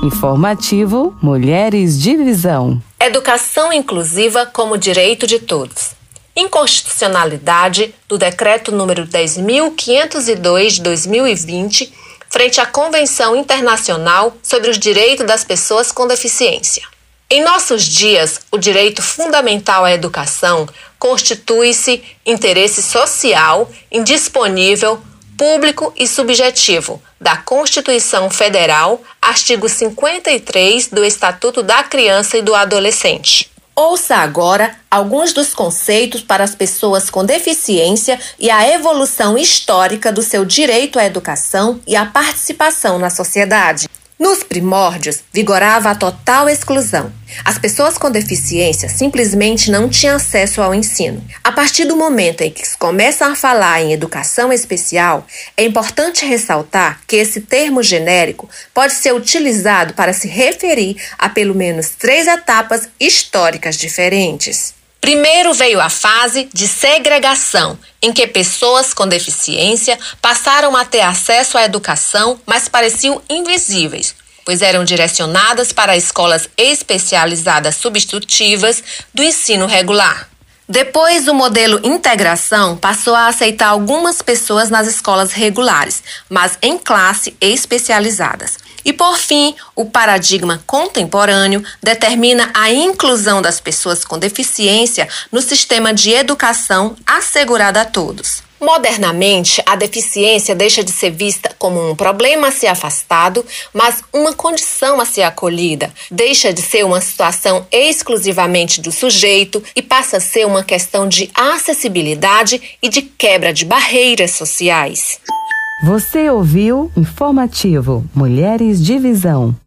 Informativo Mulheres de Visão. Educação inclusiva como direito de todos. Inconstitucionalidade do Decreto número 10.502 de 2020, frente à Convenção Internacional sobre os Direitos das Pessoas com Deficiência. Em nossos dias, o direito fundamental à educação constitui-se interesse social, indisponível, público e subjetivo da Constituição Federal, artigo 53 do Estatuto da Criança e do Adolescente. Ouça agora alguns dos conceitos para as pessoas com deficiência e a evolução histórica do seu direito à educação e à participação na sociedade. Nos primórdios, vigorava a total exclusão. As pessoas com deficiência simplesmente não tinham acesso ao ensino. A partir do momento em que se começam a falar em educação especial, é importante ressaltar que esse termo genérico pode ser utilizado para se referir a pelo menos 3 etapas históricas diferentes. Primeiro veio a fase de segregação, em que pessoas com deficiência passaram a ter acesso à educação, mas pareciam invisíveis, pois eram direcionadas para escolas especializadas substitutivas do ensino regular. Depois, o modelo integração passou a aceitar algumas pessoas nas escolas regulares, mas em classe especializadas. E, por fim, o paradigma contemporâneo determina a inclusão das pessoas com deficiência no sistema de educação assegurada a todos. Modernamente, a deficiência deixa de ser vista como um problema a ser afastado, mas uma condição a ser acolhida. Deixa de ser uma situação exclusivamente do sujeito e passa a ser uma questão de acessibilidade e de quebra de barreiras sociais. Você ouviu Informativo Mulheres de Visão.